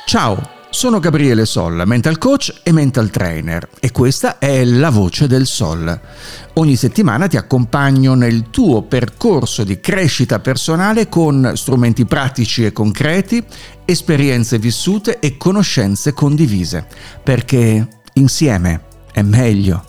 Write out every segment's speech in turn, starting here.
Ciao, sono Gabriele Solla, mental coach e mental trainer, e questa è La Voce del Sol. Ogni settimana ti accompagno nel tuo percorso di crescita personale con strumenti pratici e concreti, esperienze vissute e conoscenze condivise, perché insieme è meglio.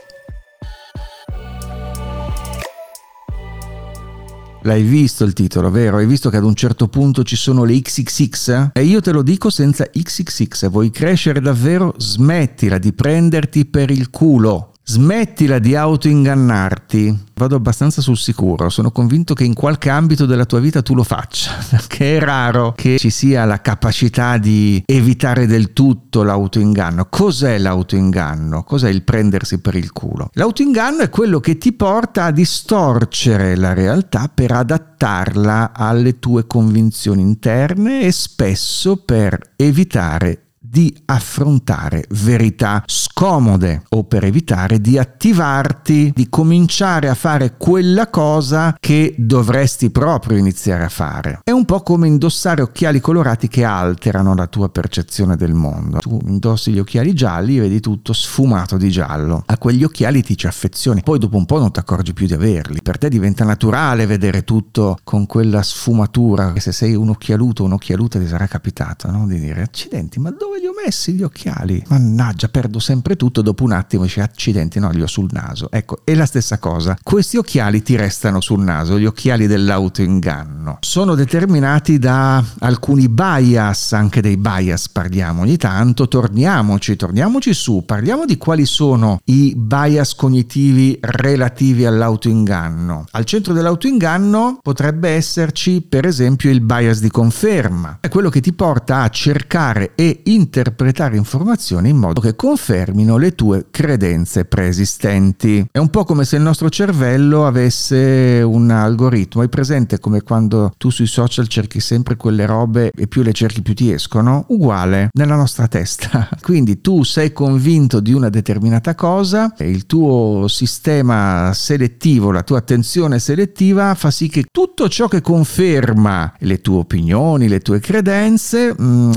L'hai visto il titolo, vero? Hai visto che ad un certo punto ci sono le XXX? E io te lo dico senza XXX. Vuoi crescere davvero? Smettila di prenderti per il culo. Smettila di autoingannarti. Vado abbastanza sul sicuro, sono convinto che in qualche ambito della tua vita tu lo faccia, perché è raro che ci sia la capacità di evitare del tutto l'autoinganno. Cos'è l'autoinganno? Cos'è il prendersi per il culo? L'autoinganno è quello che ti porta a distorcere la realtà per adattarla alle tue convinzioni interne e spesso per evitare di affrontare verità scomode o per evitare di attivarti, di cominciare a fare quella cosa che dovresti proprio iniziare a fare. È un po' come indossare occhiali colorati che alterano la tua percezione del mondo. Tu indossi gli occhiali gialli e vedi tutto sfumato di giallo. A quegli occhiali ti ci affezioni, poi dopo un po' non ti accorgi più di averli. Per te diventa naturale vedere tutto con quella sfumatura, che se sei un occhialuto o un'occhialuta ti sarà capitato, no? Di dire, accidenti, ma dove li ho messi gli occhiali? Mannaggia, perdo sempre tutto. Dopo un attimo dici, accidenti, no, li ho sul naso. Ecco, è la stessa cosa. Questi occhiali ti restano sul naso, gli occhiali dell'autoinganno. Sono determinati da alcuni bias, anche dei bias parliamo ogni tanto. Torniamoci su, parliamo di quali sono i bias cognitivi relativi all'autoinganno. Al centro dell'autoinganno potrebbe esserci, per esempio, il bias di conferma. È quello che ti porta a cercare e interpretare informazioni in modo che confermino le tue credenze preesistenti. È un po' come se il nostro cervello avesse un algoritmo. Hai presente come quando tu sui social cerchi sempre quelle robe e più le cerchi più ti escono? Uguale nella nostra testa. Quindi tu sei convinto di una determinata cosa e il tuo sistema selettivo, la tua attenzione selettiva fa sì che tutto ciò che conferma le tue opinioni, le tue credenze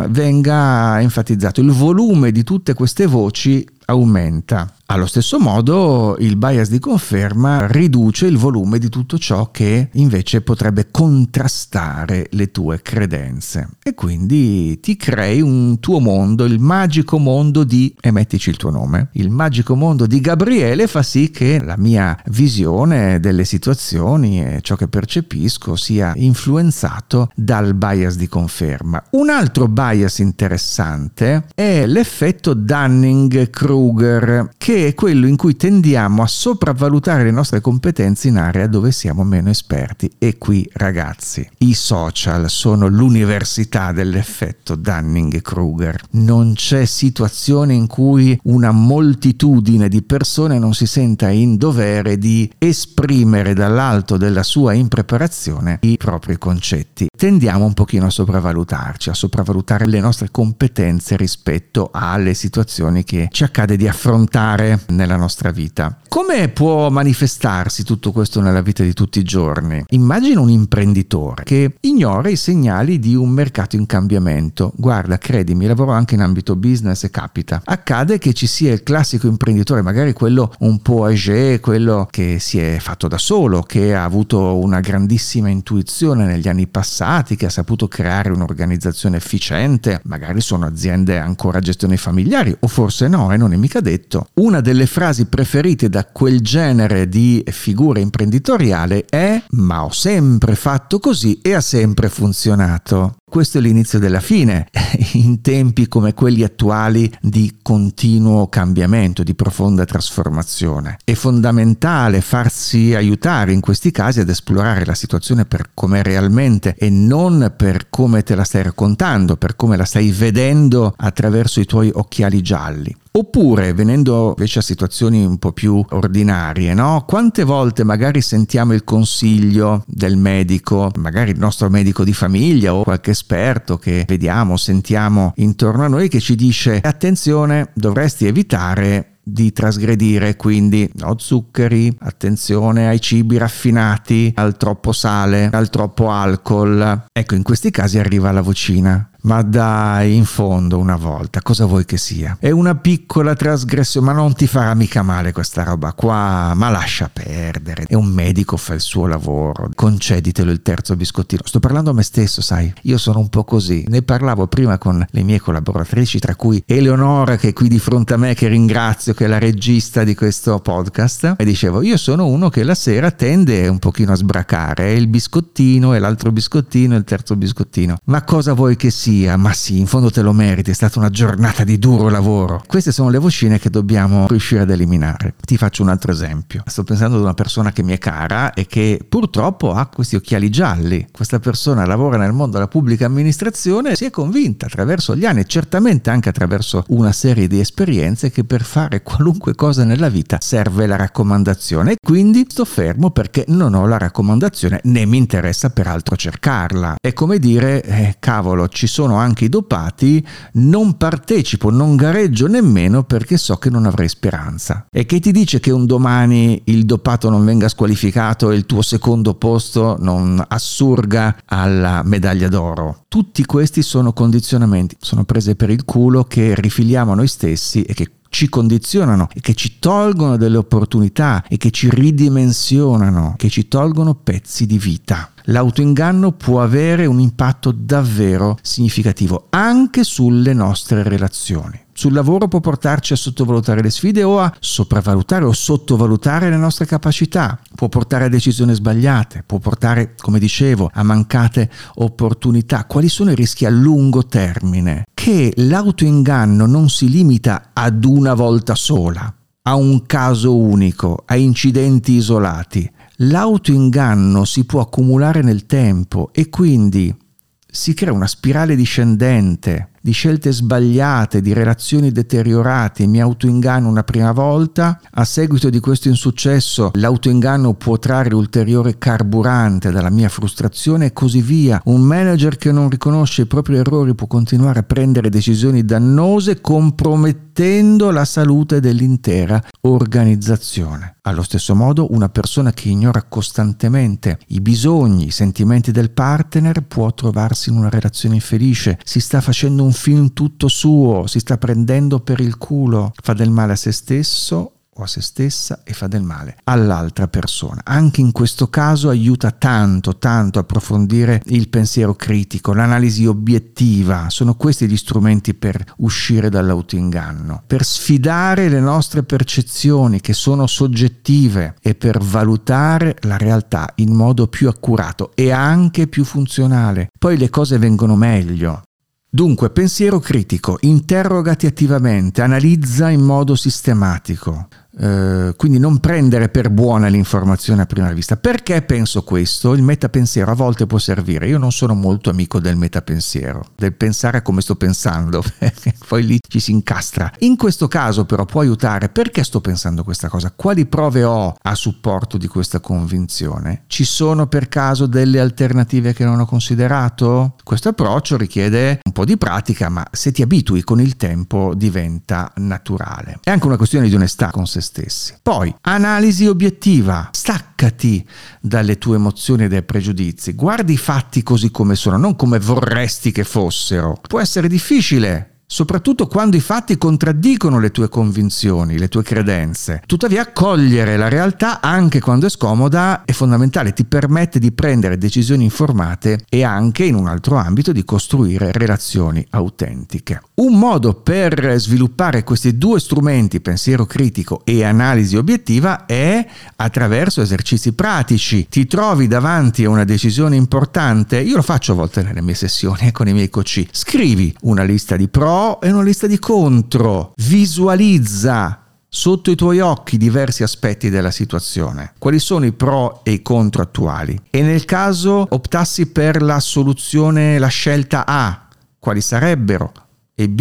venga enfatizzato. Il volume di tutte queste voci aumenta. Allo stesso modo il bias di conferma riduce il volume di tutto ciò che invece potrebbe contrastare le tue credenze e quindi ti crei un tuo mondo, il magico mondo di, e mettici il tuo nome, il magico mondo di Gabriele fa sì che la mia visione delle situazioni e ciò che percepisco sia influenzato dal bias di conferma. Un altro bias interessante è l'effetto Dunning-Kruger, che è quello in cui tendiamo a sopravvalutare le nostre competenze in area dove siamo meno esperti. E qui, ragazzi, i social sono l'università dell'effetto Dunning-Kruger. Non c'è situazione in cui una moltitudine di persone non si senta in dovere di esprimere dall'alto della sua impreparazione i propri concetti. Tendiamo un pochino a sopravvalutarci, a sopravvalutare le nostre competenze rispetto alle situazioni che ci accade di affrontare nella nostra vita. Come può manifestarsi tutto questo nella vita di tutti i giorni? Immagina un imprenditore che ignora i segnali di un mercato in cambiamento. Guarda, credimi, lavoro anche in ambito business e capita. Accade che ci sia il classico imprenditore, magari quello un po' âgé, quello che si è fatto da solo, che ha avuto una grandissima intuizione negli anni passati, che ha saputo creare un'organizzazione efficiente. Magari sono aziende ancora a gestione familiari, o forse no, non è mica detto. Una delle frasi preferite da quel genere di figura imprenditoriale è: ma ho sempre fatto così e ha sempre funzionato. Questo è l'inizio della fine in tempi come quelli attuali di continuo cambiamento, di profonda trasformazione. È fondamentale farsi aiutare in questi casi ad esplorare la situazione per come è realmente e non per come te la stai raccontando, per come la stai vedendo attraverso i tuoi occhiali gialli. Oppure, venendo invece a situazioni un po' più ordinarie, no? Quante volte magari sentiamo il consiglio del medico, magari il nostro medico di famiglia o qualche esperto che vediamo, sentiamo intorno a noi, che ci dice: attenzione, dovresti evitare di trasgredire, quindi no zuccheri, attenzione ai cibi raffinati, al troppo sale, al troppo alcol. Ecco, in questi casi arriva la vocina: Ma dai, in fondo una volta, cosa vuoi che sia? È una piccola trasgressione, ma non ti farà mica male questa roba qua, ma lascia perdere. È un medico, fa il suo lavoro, conceditelo il terzo biscottino. Sto parlando a me stesso, sai, io sono un po' così. Ne parlavo prima con le mie collaboratrici, tra cui Eleonora, che è qui di fronte a me, che ringrazio, che è la regista di questo podcast, e dicevo, io sono uno che la sera tende un pochino a sbracare, il biscottino e l'altro biscottino e il terzo biscottino. Ma cosa vuoi che sia? Ma sì, in fondo te lo meriti, è stata una giornata di duro lavoro. Queste sono le vocine che dobbiamo riuscire ad eliminare. Ti faccio un altro esempio. Sto pensando ad una persona che mi è cara e che purtroppo ha questi occhiali gialli. Questa persona lavora nel mondo della pubblica amministrazione e si è convinta attraverso gli anni e certamente anche attraverso una serie di esperienze che per fare qualunque cosa nella vita serve la raccomandazione, e quindi sto fermo perché non ho la raccomandazione né mi interessa peraltro cercarla. È come dire, cavolo, ci sono anche i dopati, non partecipo, non gareggio nemmeno perché so che non avrei speranza. E che ti dice che un domani il dopato non venga squalificato e il tuo secondo posto non assurga alla medaglia d'oro? Tutti questi sono condizionamenti, sono prese per il culo che rifiliamo a noi stessi e che ci condizionano e che ci tolgono delle opportunità e che ci ridimensionano, che ci tolgono pezzi di vita. L'autoinganno può avere un impatto davvero significativo anche sulle nostre relazioni. Sul lavoro può portarci a sottovalutare le sfide o a sopravvalutare o sottovalutare le nostre capacità, può portare a decisioni sbagliate, può portare, come dicevo, a mancate opportunità. Quali sono i rischi a lungo termine? Che l'autoinganno non si limita ad una volta sola, a un caso unico, a incidenti isolati. L'autoinganno si può accumulare nel tempo e quindi si crea una spirale discendente di scelte sbagliate, di relazioni deteriorate. Mi autoinganno una prima volta, a seguito di questo insuccesso l'autoinganno può trarre ulteriore carburante dalla mia frustrazione e così via. Un manager che non riconosce i propri errori può continuare a prendere decisioni dannose, compromettendo la salute dell'intera organizzazione. Allo stesso modo, una persona che ignora costantemente i bisogni, i sentimenti del partner può trovarsi in una relazione infelice, si sta facendo un film tutto suo, si sta prendendo per il culo, fa del male a se stesso o a se stessa e fa del male all'altra persona. Anche in questo caso aiuta tanto approfondire il pensiero critico, l'analisi obiettiva. Sono questi gli strumenti per uscire dall'autoinganno, per sfidare le nostre percezioni che sono soggettive e per valutare la realtà in modo più accurato e anche più funzionale. Poi le cose vengono meglio. Dunque, pensiero critico, interrogati attivamente, analizza in modo sistematico. Quindi non prendere per buona l'informazione a prima vista. Perché penso questo? Il metapensiero a volte può servire. Io non sono molto amico del metapensiero, del pensare a come sto pensando, poi lì ci si incastra. In questo caso però può aiutare. Perché sto pensando questa cosa? Quali prove ho a supporto di questa convinzione? Ci sono per caso delle alternative che non ho considerato? Questo approccio richiede un po' di pratica, ma se ti abitui con il tempo diventa naturale. È anche una questione di onestà con se stessi. Poi, analisi obiettiva. Staccati dalle tue emozioni e dai pregiudizi. Guardi i fatti così come sono, non come vorresti che fossero. Può essere difficile, soprattutto quando i fatti contraddicono le tue convinzioni, le tue credenze. Tuttavia, cogliere la realtà anche quando è scomoda è fondamentale, ti permette di prendere decisioni informate e anche, in un altro ambito, di costruire relazioni autentiche. Un modo per sviluppare questi due strumenti, pensiero critico e analisi obiettiva, è attraverso esercizi pratici. Ti trovi davanti a una decisione importante? Io lo faccio a volte nelle mie sessioni con i miei coach. Scrivi una lista di pro e una lista di contro. Visualizza sotto i tuoi occhi diversi aspetti della situazione. Quali sono i pro e i contro attuali? E nel caso optassi per la soluzione, la scelta A, quali sarebbero? E B,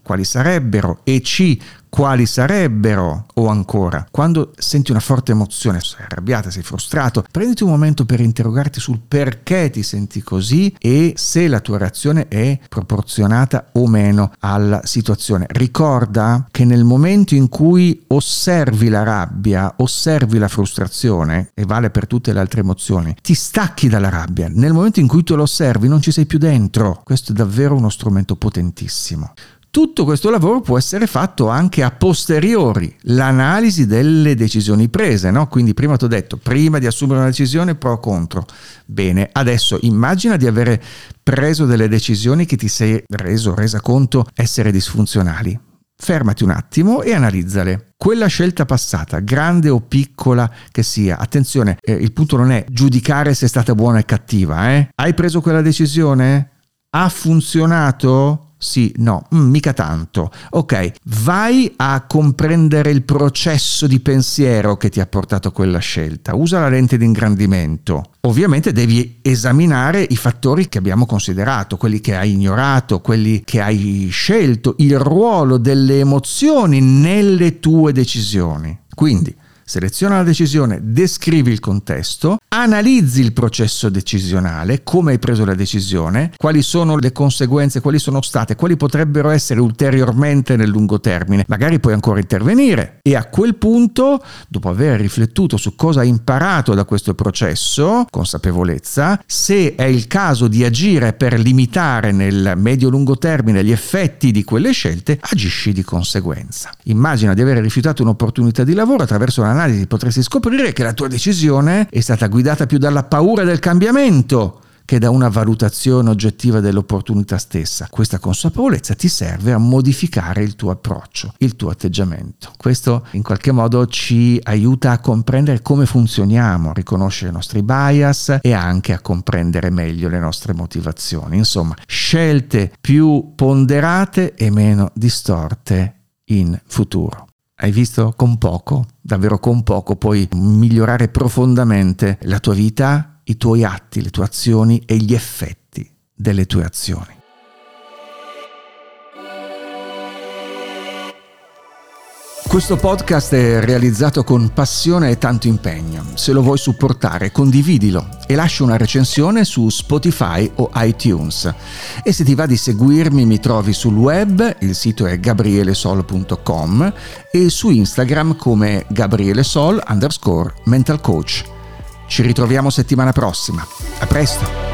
quali sarebbero, e C, quali sarebbero. O ancora, quando senti una forte emozione, sei arrabbiata, sei frustrato, prenditi un momento per interrogarti sul perché ti senti così e se la tua reazione è proporzionata o meno alla situazione. Ricorda che nel momento in cui osservi la rabbia, osservi la frustrazione, e vale per tutte le altre emozioni, ti stacchi dalla rabbia. Nel momento in cui tu lo osservi non ci sei più dentro. Questo è davvero uno strumento potentissimo. Tutto questo lavoro può essere fatto anche a posteriori, l'analisi delle decisioni prese, no? Quindi prima ti ho detto, prima di assumere una decisione pro o contro. Bene, adesso immagina di avere preso delle decisioni che ti sei resa conto essere disfunzionali. Fermati un attimo e analizzale. Quella scelta passata, grande o piccola che sia, attenzione, il punto non è giudicare se è stata buona o cattiva. Hai preso quella decisione? Ha funzionato? Sì, no, mica tanto. Ok, vai a comprendere il processo di pensiero che ti ha portato a quella scelta. Usa la lente di ingrandimento. Ovviamente devi esaminare i fattori che abbiamo considerato, quelli che hai ignorato, quelli che hai scelto, il ruolo delle emozioni nelle tue decisioni. Quindi, seleziona la decisione, descrivi il contesto, analizzi il processo decisionale, come hai preso la decisione, quali sono le conseguenze, quali sono state, quali potrebbero essere ulteriormente nel lungo termine. Magari puoi ancora intervenire e a quel punto, dopo aver riflettuto su cosa hai imparato da questo processo, consapevolezza, se è il caso di agire per limitare nel medio-lungo termine gli effetti di quelle scelte, agisci di conseguenza. Immagina di aver rifiutato un'opportunità di lavoro, attraverso l'analisi potresti scoprire che la tua decisione è stata guidata più dalla paura del cambiamento che da una valutazione oggettiva dell'opportunità stessa. Questa consapevolezza ti serve a modificare il tuo approccio, il tuo atteggiamento. Questo in qualche modo ci aiuta a comprendere come funzioniamo, a riconoscere i nostri bias e anche a comprendere meglio le nostre motivazioni. Insomma, scelte più ponderate e meno distorte in futuro. Hai visto? Con poco, davvero con poco, puoi migliorare profondamente la tua vita, i tuoi atti, le tue azioni e gli effetti delle tue azioni. Questo podcast è realizzato con passione e tanto impegno. Se lo vuoi supportare, condividilo e lascia una recensione su Spotify o iTunes. E se ti va di seguirmi, mi trovi sul web, il sito è gabrielesol.com e su Instagram come gabrielesol_mental coach. Ci ritroviamo settimana prossima. A presto!